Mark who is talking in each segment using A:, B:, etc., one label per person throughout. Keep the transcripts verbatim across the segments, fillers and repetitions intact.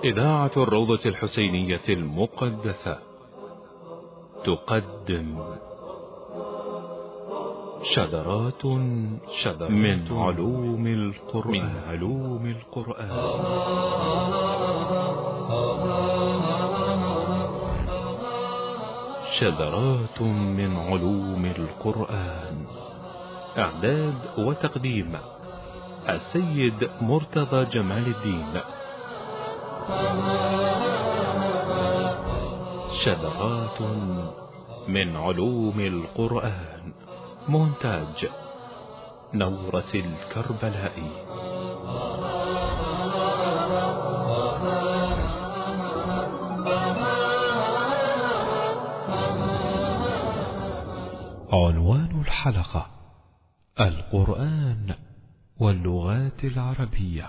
A: إذاعة الروضة الحسينية المقدسة تقدم شذرات شذرات من علوم القرآن من علوم القرآن شذرات من علوم القرآن. إعداد وتقديم السيد مرتضى جمال الدين. شذرات من علوم القرآن. مونتاج نورس الكربلائي. عنوان الحلقة: القرآن واللغات العربية.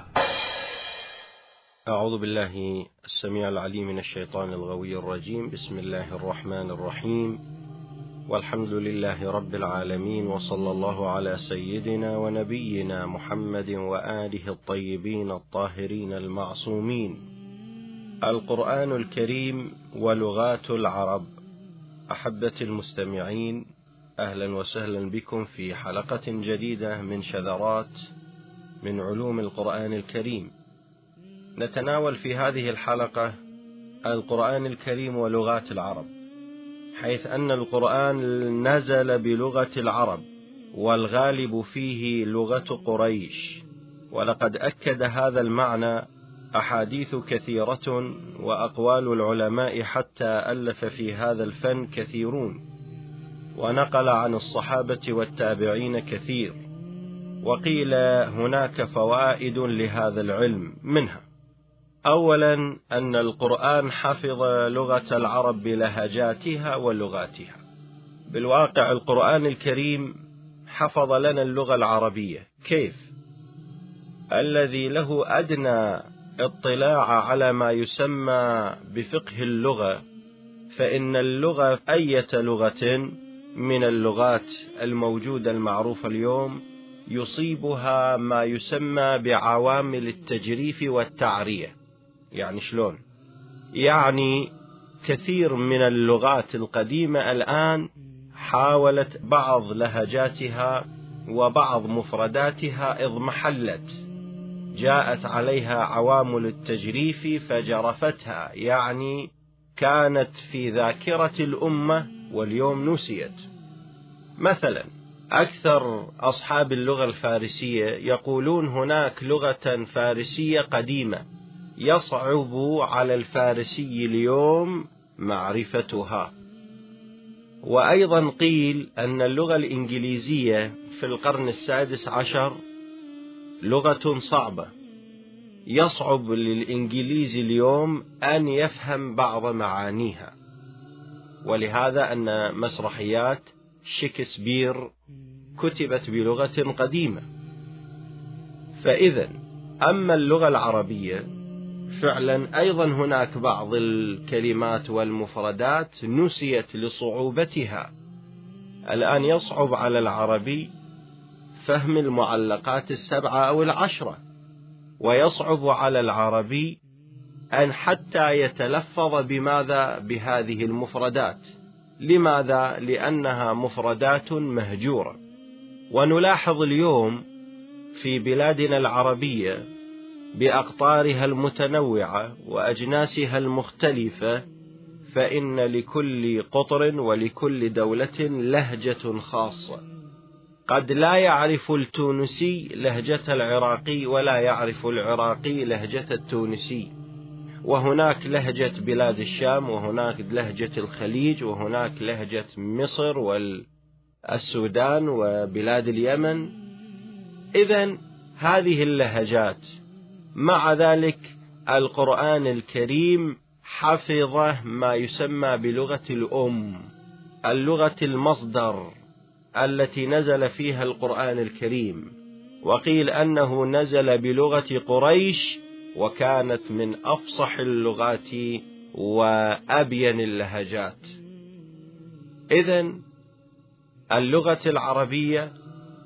B: أعوذ بالله السميع العليم من الشيطان الغوي الرجيم. بسم الله الرحمن الرحيم، والحمد لله رب العالمين، وصلى الله على سيدنا ونبينا محمد وآله الطيبين الطاهرين المعصومين. القرآن الكريم ولغات العرب. أحبتي المستمعين، أهلا وسهلا بكم في حلقة جديدة من شذرات من علوم القرآن الكريم. نتناول في هذه الحلقة القرآن الكريم ولغات العرب، حيث أن القرآن نزل بلغة العرب، والغالب فيه لغة قريش، ولقد أكد هذا المعنى أحاديث كثيرة وأقوال العلماء، حتى ألف في هذا الفن كثيرون، ونقل عن الصحابة والتابعين كثير. وقيل هناك فوائد لهذا العلم، منها: أولا، أن القرآن حفظ لغة العرب بلهجاتها ولغاتها. بالواقع القرآن الكريم حفظ لنا اللغة العربية. كيف؟ الذي له أدنى اطلاع على ما يسمى بفقه اللغة، فإن اللغة أية لغة من اللغات الموجودة المعروفة اليوم يصيبها ما يسمى بعوامل التجريف والتعرية. يعني شلون؟ يعني كثير من اللغات القديمة الآن حاولت بعض لهجاتها وبعض مفرداتها اضمحلت، جاءت عليها عوامل التجريف فجرفتها، يعني كانت في ذاكرة الأمة واليوم نسيت. مثلا أكثر أصحاب اللغة الفارسية يقولون هناك لغة فارسية قديمة يصعب على الفارسي اليوم معرفتها. وأيضا قيل أن اللغة الإنجليزية في القرن السادس عشر لغة صعبة، يصعب للإنجليزي اليوم أن يفهم بعض معانيها، ولهذا أن مسرحيات شكسبير كتبت بلغة قديمة. فإذا أما اللغة العربية فعلا أيضا هناك بعض الكلمات والمفردات نسيت لصعوبتها. الآن يصعب على العربي فهم المعلقات السبعة أو العشرة، ويصعب على العربي أن حتى يتلفظ بماذا بهذه المفردات. لماذا؟ لأنها مفردات مهجورة. ونلاحظ اليوم في بلادنا العربية بأقطارها المتنوعة وأجناسها المختلفة، فإن لكل قطر ولكل دولة لهجة خاصة. قد لا يعرف التونسي لهجة العراقي، ولا يعرف العراقي لهجة التونسي، وهناك لهجة بلاد الشام، وهناك لهجة الخليج، وهناك لهجة مصر والسودان وبلاد اليمن. إذن هذه اللهجات، مع ذلك القرآن الكريم حفظ ما يسمى بلغة الأم، اللغة المصدر التي نزل فيها القرآن الكريم. وقيل أنه نزل بلغة قريش، وكانت من أفصح اللغات وأبين اللهجات. إذن اللغة العربية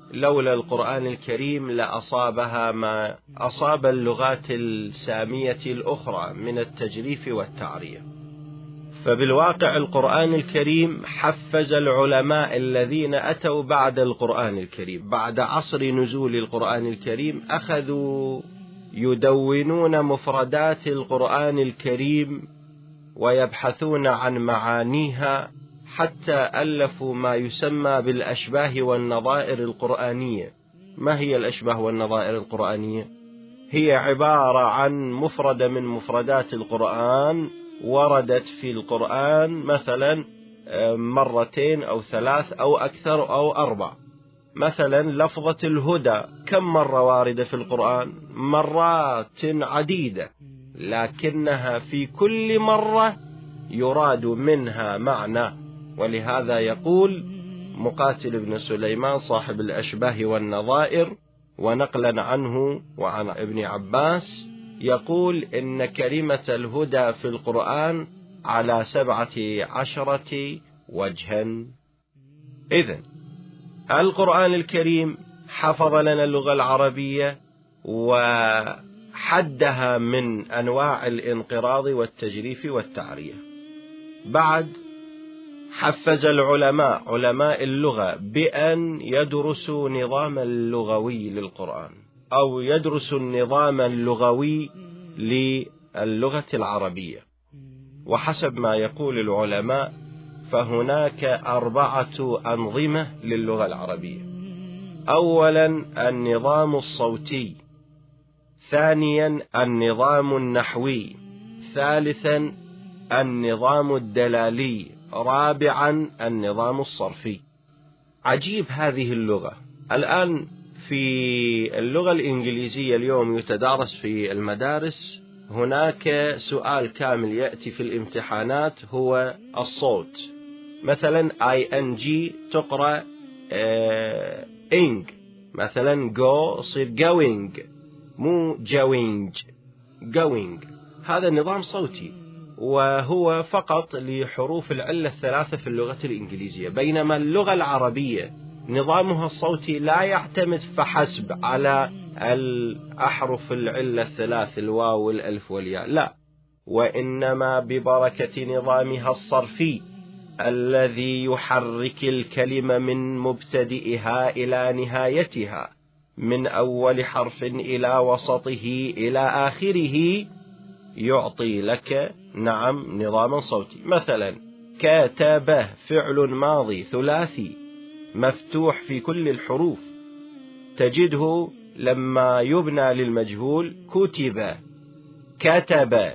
B: لولا القرآن الكريم لأصابها ما أصاب اللغات السامية الأخرى من التجريف والتعرية. فبالواقع القرآن الكريم حفز العلماء الذين أتوا بعد القرآن الكريم، بعد عصر نزول القرآن الكريم، أخذوا يدونون مفردات القرآن الكريم ويبحثون عن معانيها، حتى ألفوا ما يسمى بالأشباه والنظائر القرآنية. ما هي الأشباه والنظائر القرآنية؟ هي عبارة عن مفردة من مفردات القرآن وردت في القرآن مثلا مرتين أو ثلاث أو أكثر أو أربع. مثلا لفظة الهدى كم مرة واردة في القرآن؟ مرات عديدة، لكنها في كل مرة يراد منها معنى. ولهذا يقول مقاتل بن سليمان صاحب الأشباه والنظائر، ونقلا عنه وعن ابن عباس، يقول إن كلمة الهدى في القرآن على سبعة عشرة وجها. إذن القرآن الكريم حفظ لنا اللغة العربية وحدها من أنواع الانقراض والتجريف والتعرية. بعد حفز العلماء علماء اللغة بأن يدرسوا نظام اللغوي للقرآن، أو يدرسوا النظام اللغوي للغة العربية. وحسب ما يقول العلماء فهناك أربعة أنظمة للغة العربية. أولا النظام الصوتي، ثانيا النظام النحوي، ثالثا النظام الدلالي، رابعا النظام الصرفي. عجيب هذه اللغة. الآن في اللغة الإنجليزية اليوم يتدارس في المدارس، هناك سؤال كامل يأتي في الامتحانات هو الصوت. مثلا ing تقرأ آه ing، مثلا go صير going، مو going going. هذا نظام صوتي، وهو فقط لحروف العلة الثلاثة في اللغة الإنجليزية. بينما اللغة العربية نظامها الصوتي لا يعتمد فحسب على الأحرف العلة الثلاث، الواو والألف والياء، لا، وإنما ببركة نظامها الصرفي الذي يحرك الكلمة من مبتدئها إلى نهايتها، من أول حرف إلى وسطه إلى آخره، يعطي لك نعم نظاما صوتي. مثلا كتب فعل ماضي ثلاثي مفتوح في كل الحروف، تجده لما يبنى للمجهول كتب، كتب،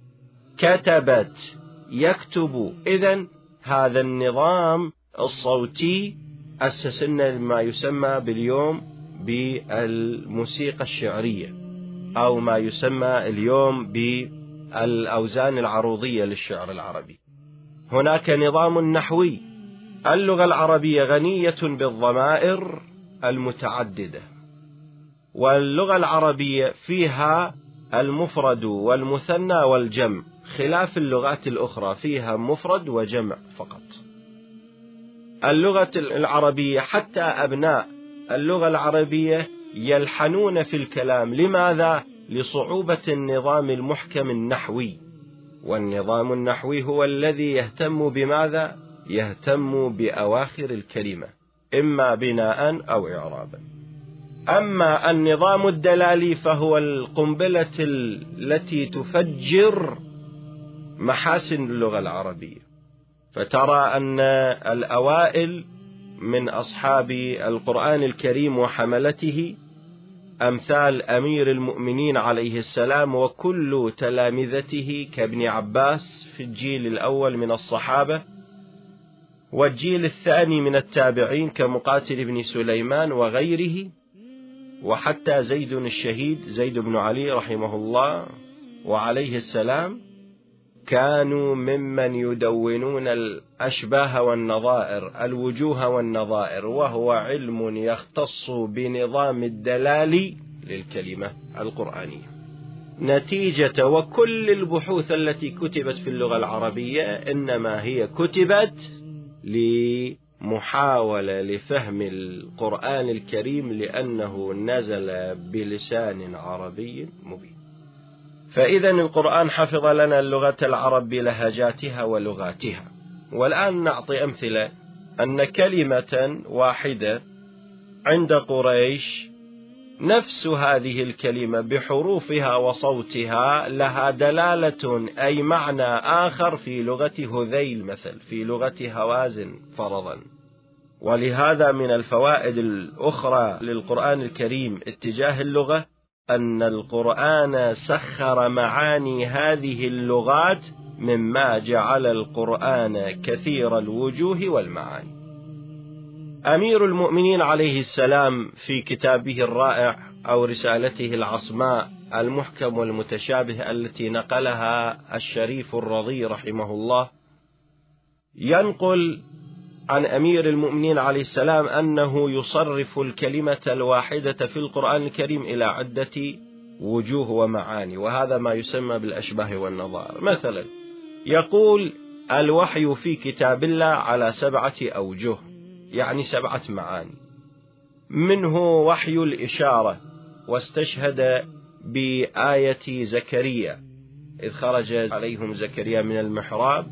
B: كتبت، يكتب. إذن هذا النظام الصوتي أسسنا ما يسمى باليوم بالموسيقى الشعرية، أو ما يسمى اليوم بالأوزان العروضية للشعر العربي. هناك نظام نحوي. اللغة العربية غنية بالضمائر المتعددة، واللغة العربية فيها المفرد والمثنى والجمع، خلاف اللغات الأخرى فيها مفرد وجمع فقط. اللغة العربية حتى أبناء اللغة العربية يلحنون في الكلام. لماذا؟ لصعوبة النظام المحكم النحوي. والنظام النحوي هو الذي يهتم بماذا؟ يهتم بأواخر الكلمة، إما بناء أو إعرابا. أما النظام الدلالي فهو القنبلة التي تفجر محاسن اللغة العربية. فترى أن الأوائل من أصحاب القرآن الكريم وحملته أمثال أمير المؤمنين عليه السلام وكل تلامذته كابن عباس في الجيل الأول من الصحابة، والجيل الثاني من التابعين كمقاتل بن سليمان وغيره، وحتى زيد الشهيد زيد بن علي رحمه الله وعليه السلام، كانوا ممن يدونون الأشباه والنظائر، الوجوه والنظائر، وهو علم يختص بنظام الدلال للكلمة القرآنية. نتيجة وكل البحوث التي كتبت في اللغة العربية إنما هي كتبت محاولة لفهم القرآن الكريم لأنه نزل بلسان عربي مبين. فإذا القرآن حفظ لنا اللغة العرب بلهجاتها ولغاتها. والآن نعطي أمثلة أن كلمة واحدة عند قريش نفس هذه الكلمة بحروفها وصوتها لها دلالة أي معنى آخر في لغة هذيل مثل، في لغة هوازن فرضا. ولهذا من الفوائد الأخرى للقرآن الكريم اتجاه اللغة أن القرآن سخر معاني هذه اللغات مما جعل القرآن كثير الوجوه والمعاني. أمير المؤمنين عليه السلام في كتابه الرائع أو رسالته العصماء المحكم والمتشابه التي نقلها الشريف الرضي رحمه الله، ينقل عن أمير المؤمنين عليه السلام أنه يصرف الكلمة الواحدة في القرآن الكريم إلى عدة وجوه ومعاني، وهذا ما يسمى بالأشباه والنظائر. مثلا يقول الوحي في كتاب الله على سبعة أوجه، يعني سبعة معاني. منه وحي الإشارة، واستشهد بآية زكريا إذ خرج عليهم زكريا من المحراب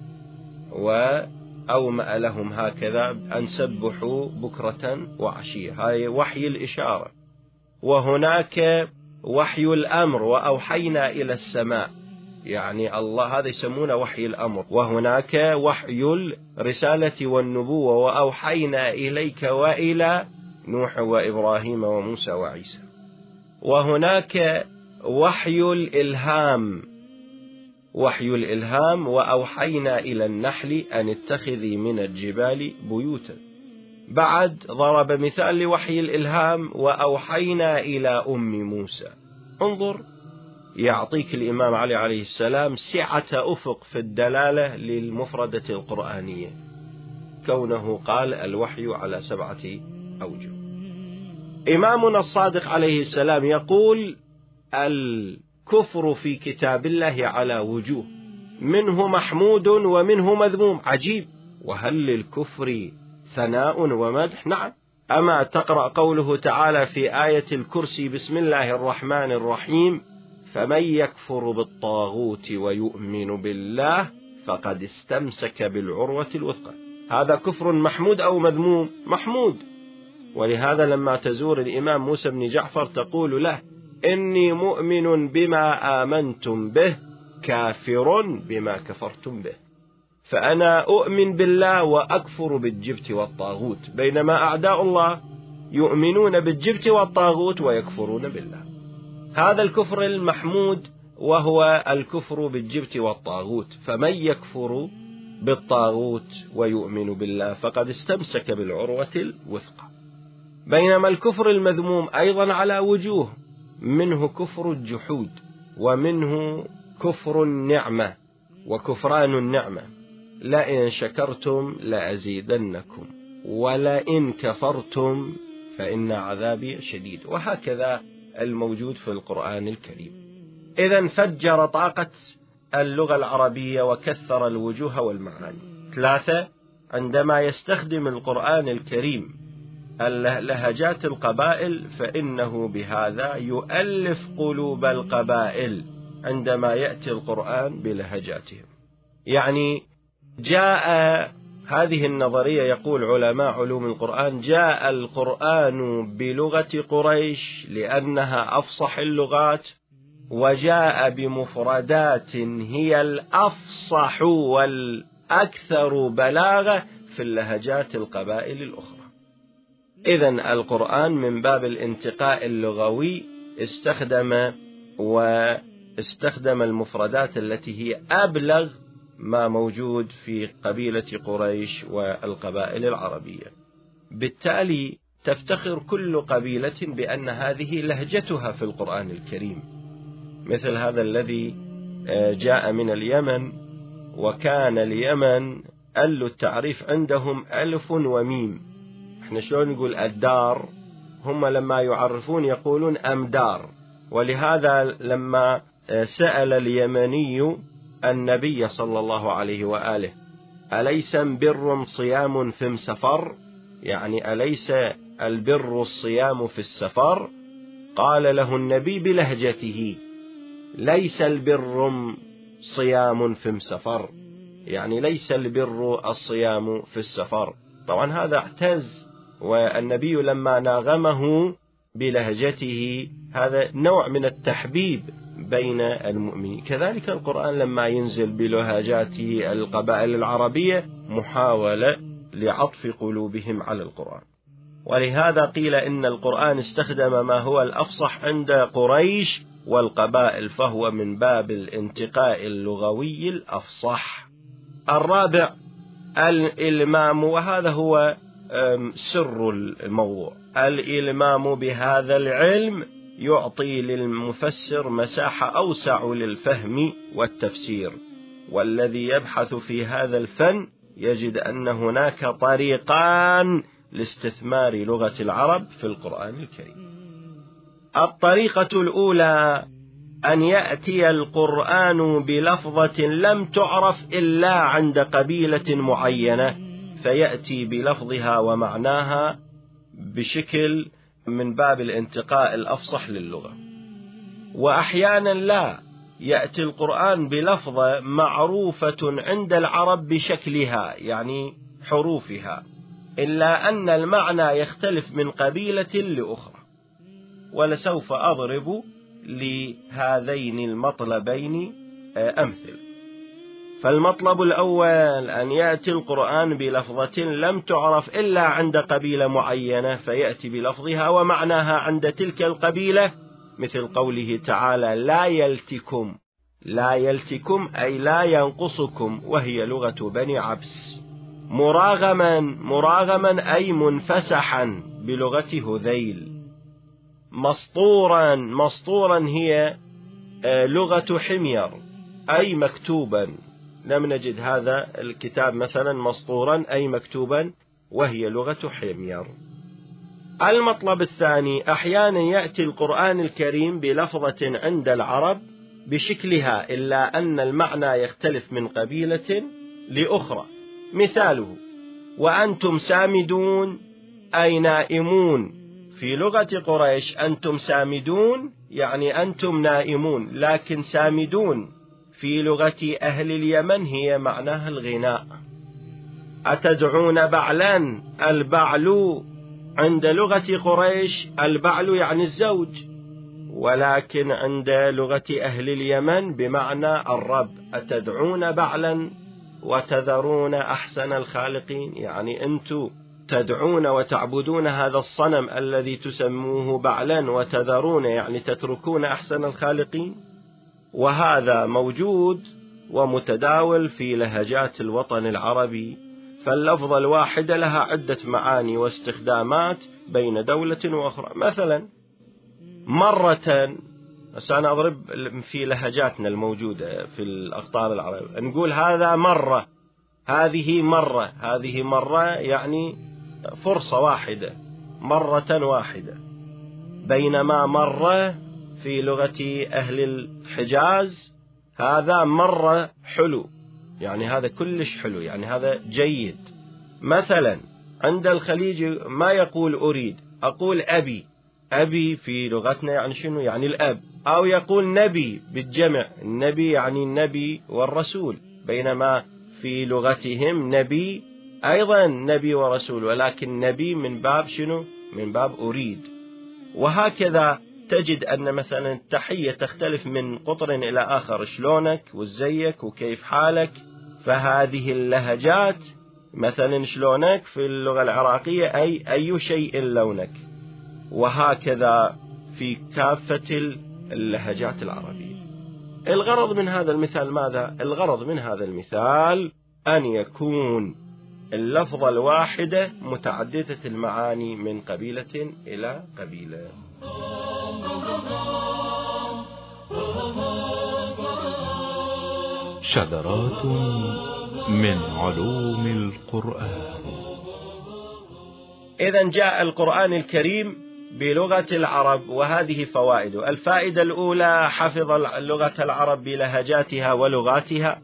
B: وأومأ لهم هكذا أن سبحوا بكرة وعشية، هاي وحي الإشارة. وهناك وحي الأمر، وأوحينا إلى السماء، يعني الله هذا يسمونه وحي الأمر. وهناك وحي الرسالة والنبوة، وأوحينا إليك وإلى نوح وإبراهيم وموسى وعيسى. وهناك وحي الإلهام، وحي الإلهام وأوحينا إلى النحل أن اتخذي من الجبال بيوتا. بعد ضرب مثال لوحي الإلهام وأوحينا إلى أم موسى. انظر، يعطيك الإمام علي عليه السلام سعة أفق في الدلالة للمفردة القرآنية، كونه قال الوحي على سبعة أوجه. إمامنا الصادق عليه السلام يقول الكفر في كتاب الله على وجوه، منه محمود ومنه مذموم. عجيب، وهل للكفر ثناء ومدح؟ نعم. أما تقرأ قوله تعالى في آية الكرسي بسم الله الرحمن الرحيم فمن يكفر بالطاغوت ويؤمن بالله فقد استمسك بالعروة الوثقى. هذا كفر محمود أو مذموم؟ محمود. ولهذا لما تزور الإمام موسى بن جعفر تقول له إني مؤمن بما آمنتم به كافر بما كفرتم به. فأنا أؤمن بالله وأكفر بالجبت والطاغوت، بينما أعداء الله يؤمنون بالجبت والطاغوت ويكفرون بالله. هذا الكفر المحمود وهو الكفر بالجبت والطاغوت. فمن يكفر بالطاغوت ويؤمن بالله فقد استمسك بالعروة الوثقى. بينما الكفر المذموم أيضا على وجوه، منه كفر الجحود، ومنه كفر النعمة وكفران النعمة، لئن شكرتم لأزيدنكم ولئن كفرتم فإن عذابي شديد. وهكذا الموجود في القرآن الكريم. إذن فجر طاقة اللغة العربية وكثر الوجوه والمعاني. ثلاثة، عندما يستخدم القرآن الكريم لهجات القبائل فإنه بهذا يؤلف قلوب القبائل عندما يأتي القرآن بلهجاتهم. يعني جاء هذه النظرية، يقول علماء علوم القرآن، جاء القرآن بلغة قريش لأنها أفصح اللغات، وجاء بمفردات هي الأفصح والأكثر بلاغة في اللهجات القبائل الأخرى. إذن القرآن من باب الانتقاء اللغوي استخدم واستخدم المفردات التي هي أبلغ ما موجود في قبيلة قريش والقبائل العربية. بالتالي تفتخر كل قبيلة بأن هذه لهجتها في القرآن الكريم، مثل هذا الذي جاء من اليمن، وكان اليمن أل التعريف عندهم ألف وميم. احنا شلون نقول الدار، هم لما يعرفون يقولون أمدار. ولهذا لما سأل اليمني النبي صلى الله عليه وآله أليس بر صيام في سفر؟ يعني أليس البر الصيام في السفر؟ قال له النبي بلهجته: ليس البر صيام في سفر، يعني ليس البر الصيام في السفر. طبعا هذا اعتز، والنبي لما ناغمه بلهجته هذا نوع من التحبيب بين المؤمنين. كذلك القرآن لما ينزل بلهجات القبائل العربية محاولة لعطف قلوبهم على القرآن. ولهذا قيل إن القرآن استخدم ما هو الأفصح عند قريش والقبائل، فهو من باب الانتقاء اللغوي الأفصح. الرابع الإلمام، وهذا هو سر الموضوع. الإلمام بهذا العلم يعطي للمفسر مساحة أوسع للفهم والتفسير، والذي يبحث في هذا الفن يجد أن هناك طريقان لاستثمار لغة العرب في القرآن الكريم. الطريقة الأولى أن يأتي القرآن بلفظة لم تعرف إلا عند قبيلة معينة، فيأتي بلفظها ومعناها بشكل من باب الانتقاء الأفصح للغة. وأحيانا لا، يأتي القرآن بلفظة معروفة عند العرب بشكلها، يعني حروفها، إلا أن المعنى يختلف من قبيلة لأخرى. ولسوف أضرب لهذين المطلبين أمثل. فالمطلب الأول أن يأتي القرآن بلفظة لم تعرف إلا عند قبيلة معينة، فيأتي بلفظها ومعناها عند تلك القبيلة، مثل قوله تعالى: لا يلتكم. لا يلتكم أي لا ينقصكم، وهي لغة بني عبس. مراغما، مراغما أي منفسحا بلغة هذيل. مسطورا، مسطورا هي لغة حمير أي مكتوبا. لم نجد هذا الكتاب مثلا مسطورا أي مكتوبا، وهي لغة حمير. المطلب الثاني، أحيانا يأتي القرآن الكريم بلفظة عند العرب بشكلها، إلا أن المعنى يختلف من قبيلة لأخرى. مثاله: وأنتم سامدون أي نائمون. في لغة قريش أنتم سامدون يعني أنتم نائمون، لكن سامدون في لغة أهل اليمن هي معناها الغناء. أتدعون بعلا، البعل عند لغة قريش البعل يعني الزوج، ولكن عند لغة أهل اليمن بمعنى الرب. أتدعون بعلا وتذرون أحسن الخالقين، يعني أنتم تدعون وتعبدون هذا الصنم الذي تسموه بعلا، وتذرون يعني تتركون أحسن الخالقين. وهذا موجود ومتداول في لهجات الوطن العربي، فاللفظة الواحدة لها عدة معاني واستخدامات بين دولة وأخرى. مثلا مرة، سأنا أضرب في لهجاتنا الموجودة في الأقطار العربية، نقول هذا مرة، هذه مرة، هذه مرة يعني فرصة واحدة، مرة واحدة. بينما مرة في لغة أهل الحجاز هذا مرة حلو، يعني هذا كلش حلو، يعني هذا جيد. مثلا عند الخليج ما يقول أريد، أقول أبي. أبي في لغتنا يعني شنو؟ يعني الأب. أو يقول نبي بالجمع، النبي يعني النبي والرسول، بينما في لغتهم نبي أيضا نبي ورسول، ولكن نبي من باب شنو؟ من باب أريد. وهكذا تجد أن مثلا التحية تختلف من قطر إلى آخر، شلونك وزيك وكيف حالك. فهذه اللهجات مثلا شلونك في اللغة العراقية أي أي شيء لونك، وهكذا في كافة اللهجات العربية. الغرض من هذا المثال ماذا؟ الغرض من هذا المثال أن يكون اللفظة الواحدة متعددة المعاني من قبيلة إلى قبيلة.
A: شذرات من علوم القرآن.
B: إذن جاء القرآن الكريم بلغة العرب، وهذه فوائده. الفائدة الأولى: حفظ لغة العرب بلهجاتها ولغاتها.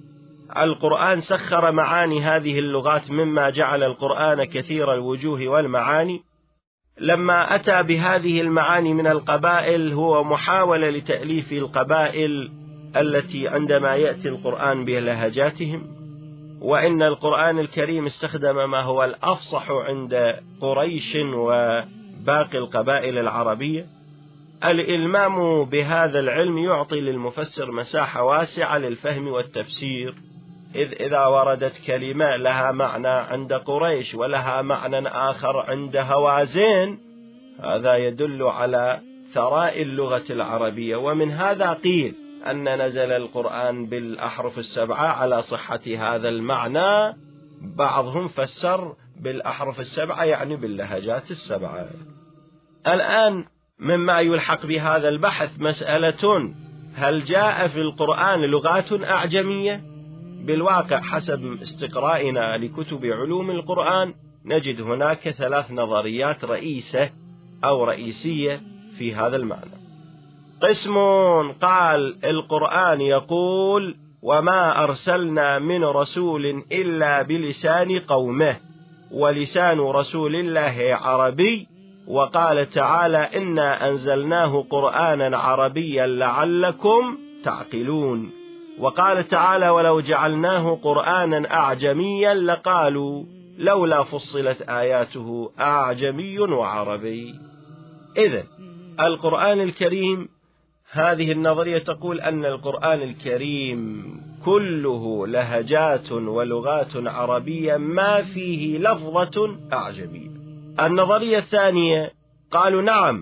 B: القرآن سخر معاني هذه اللغات مما جعل القرآن كثير الوجوه والمعاني. لما أتى بهذه المعاني من القبائل هو محاولة لتأليف القبائل التي عندما يأتي القرآن بلهجاتهم، وإن القرآن الكريم استخدم ما هو الأفصح عند قريش وباقي القبائل العربية. الإلمام بهذا العلم يعطي للمفسر مساحة واسعة للفهم والتفسير، إذ إذا وردت كلمة لها معنى عند قريش ولها معنى آخر عند هوازين، هذا يدل على ثراء اللغة العربية. ومن هذا قيل أن نزل القرآن بالأحرف السبعة على صحة هذا المعنى. بعضهم فسر بالأحرف السبعة يعني باللهجات السبعة. الآن مما يلحق بهذا البحث مسألة: هل جاء في القرآن لغات أعجمية؟ بالواقع حسب استقرائنا لكتب علوم القرآن نجد هناك ثلاث نظريات رئيسة أو رئيسية في هذا المعنى. قسم قال القرآن يقول: وما أرسلنا من رسول إلا بلسان قومه، ولسان رسول الله عربي، وقال تعالى: إنا أنزلناه قرآنا عربيا لعلكم تعقلون. وقال تعالى: ولو جعلناه قرآنا أعجميا لقالوا لولا فصلت آياته أعجمي وعربي. إذن القرآن الكريم، هذه النظرية تقول أن القرآن الكريم كله لهجات ولغات عربية ما فيه لفظة أعجمية. النظرية الثانية قالوا نعم،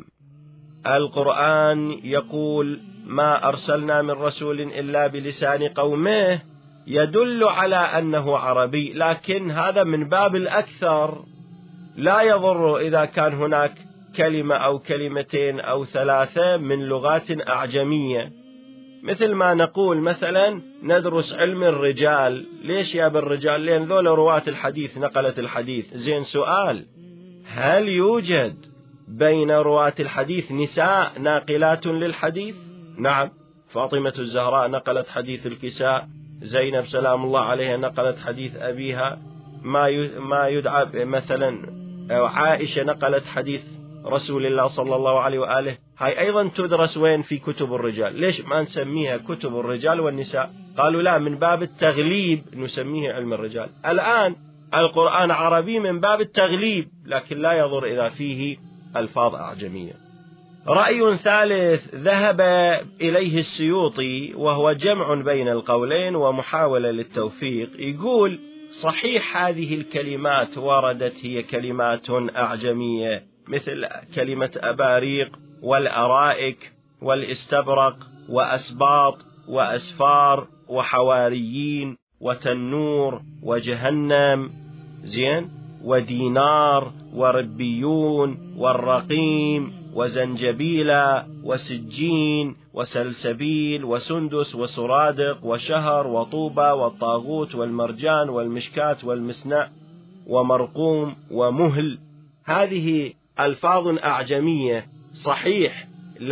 B: القرآن يقول ما أرسلنا من رسول إلا بلسان قومه، يدل على أنه عربي، لكن هذا من باب الأكثر. لا يضر إذا كان هناك كلمة أو كلمتين أو ثلاثة من لغات أعجمية، مثل ما نقول مثلا ندرس علم الرجال. ليش يا بالرجال؟ لأن ذول رواة الحديث نقلت الحديث. زين، سؤال: هل يوجد بين رواة الحديث نساء ناقلات للحديث؟ نعم، فاطمة الزهراء نقلت حديث الكساء، زينب سلام الله عليها نقلت حديث أبيها، ما يدعى مثلا عائشة نقلت حديث رسول الله صلى الله عليه وآله. هاي أيضا تدرس وين؟ في كتب الرجال. ليش ما نسميها كتب الرجال والنساء؟ قالوا لا، من باب التغليب نسميه علم الرجال. الآن القرآن عربي من باب التغليب، لكن لا يضر إذا فيه ألفاظ أعجمية. رأي ثالث ذهب إليه السيوطي، وهو جمع بين القولين ومحاولة للتوفيق، يقول صحيح هذه الكلمات وردت هي كلمات أعجمية، مثل كلمة أباريق والأرائك والاستبرق وأسباط وأسفار وحواريين وتنور وجهنم، زين، ودينار وربيون والرقيم وزنجبيلا وسجين وسلسبيل وسندس وسرادق وشهر وطوبة والطاغوت والمرجان والمشكات والمسنع ومرقوم ومهل. هذه ألفاظ أعجمية صحيح،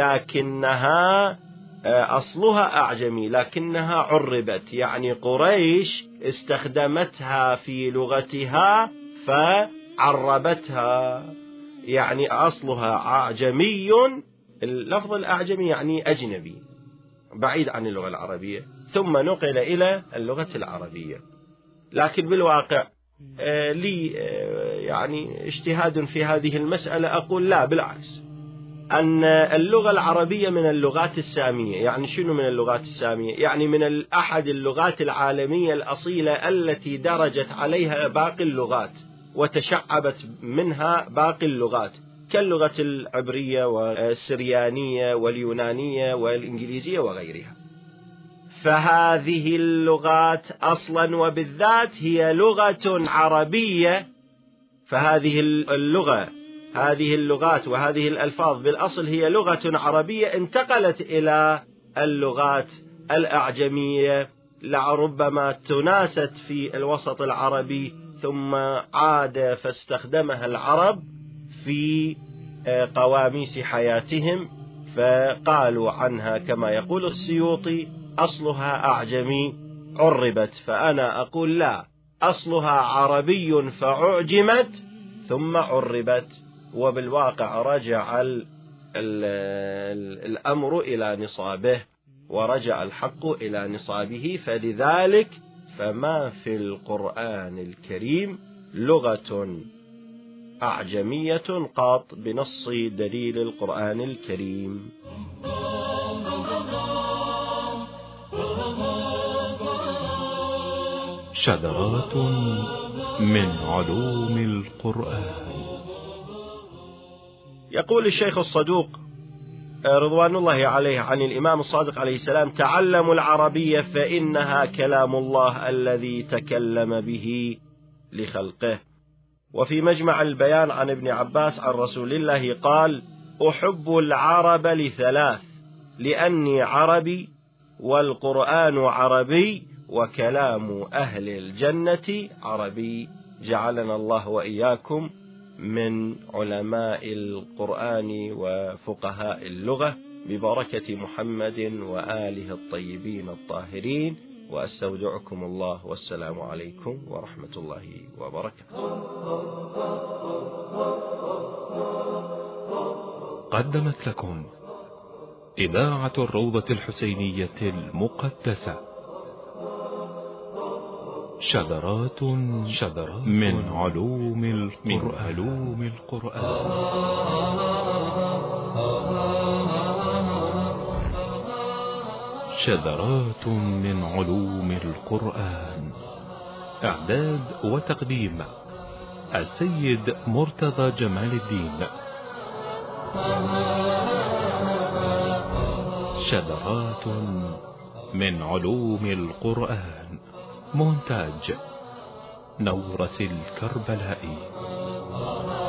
B: لكنها أصلها أعجمي، لكنها عربت، يعني قريش استخدمتها في لغتها فعربتها، يعني أصلها أعجمي. اللفظ الأعجمي يعني أجنبي بعيد عن اللغة العربية، ثم نقل إلى اللغة العربية. لكن بالواقع لي يعني اجتهاد في هذه المسألة، أقول لا، بالعكس، أن اللغة العربية من اللغات السامية. يعني شنو من اللغات السامية؟ يعني من أحد اللغات العالمية الأصيلة التي درجت عليها باقي اللغات وتشعبت منها باقي اللغات، كاللغة العبرية والسريانية واليونانية والإنجليزية وغيرها. فهذه اللغات أصلا وبالذات هي لغة عربية. فهذه اللغة هذه اللغات وهذه الألفاظ بالأصل هي لغة عربية انتقلت إلى اللغات الأعجمية، لربما تناست في الوسط العربي ثم عاد فاستخدمها العرب في قواميس حياتهم، فقالوا عنها كما يقول السيوطي أصلها أعجمي، عربت، فأنا أقول لا، أصلها عربي فأعجمت ثم عربت، وبالواقع رجع ال ال الأمر إلى نصابه ورجع الحق إلى نصابه. فلذلك فما في القرآن الكريم لغة أعجمية قاط بنص دليل القرآن الكريم.
A: شذرات من علوم القرآن.
B: يقول الشيخ الصدوق رضوان الله عليه عن الإمام الصادق عليه السلام: تعلموا العربية فإنها كلام الله الذي تكلم به لخلقه. وفي مجمع البيان عن ابن عباس عن رسول الله قال: أحب العرب لثلاث: لأني عربي، والقرآن عربي، وكلام أهل الجنة عربي. جعلنا الله وإياكم من علماء القرآن وفقهاء اللغة ببركة محمد وآله الطيبين الطاهرين، وأستودعكم الله، والسلام عليكم ورحمة الله وبركاته.
A: قدمت لكم إذاعة الروضة الحسينية المقدسة شذرات شذرات من علوم القرآن, علوم القرآن. شذرات من علوم القرآن. إعداد وتقديم السيد مرتضى جمال الدين. شذرات من علوم القرآن. مونتاج نورس الكربلائي.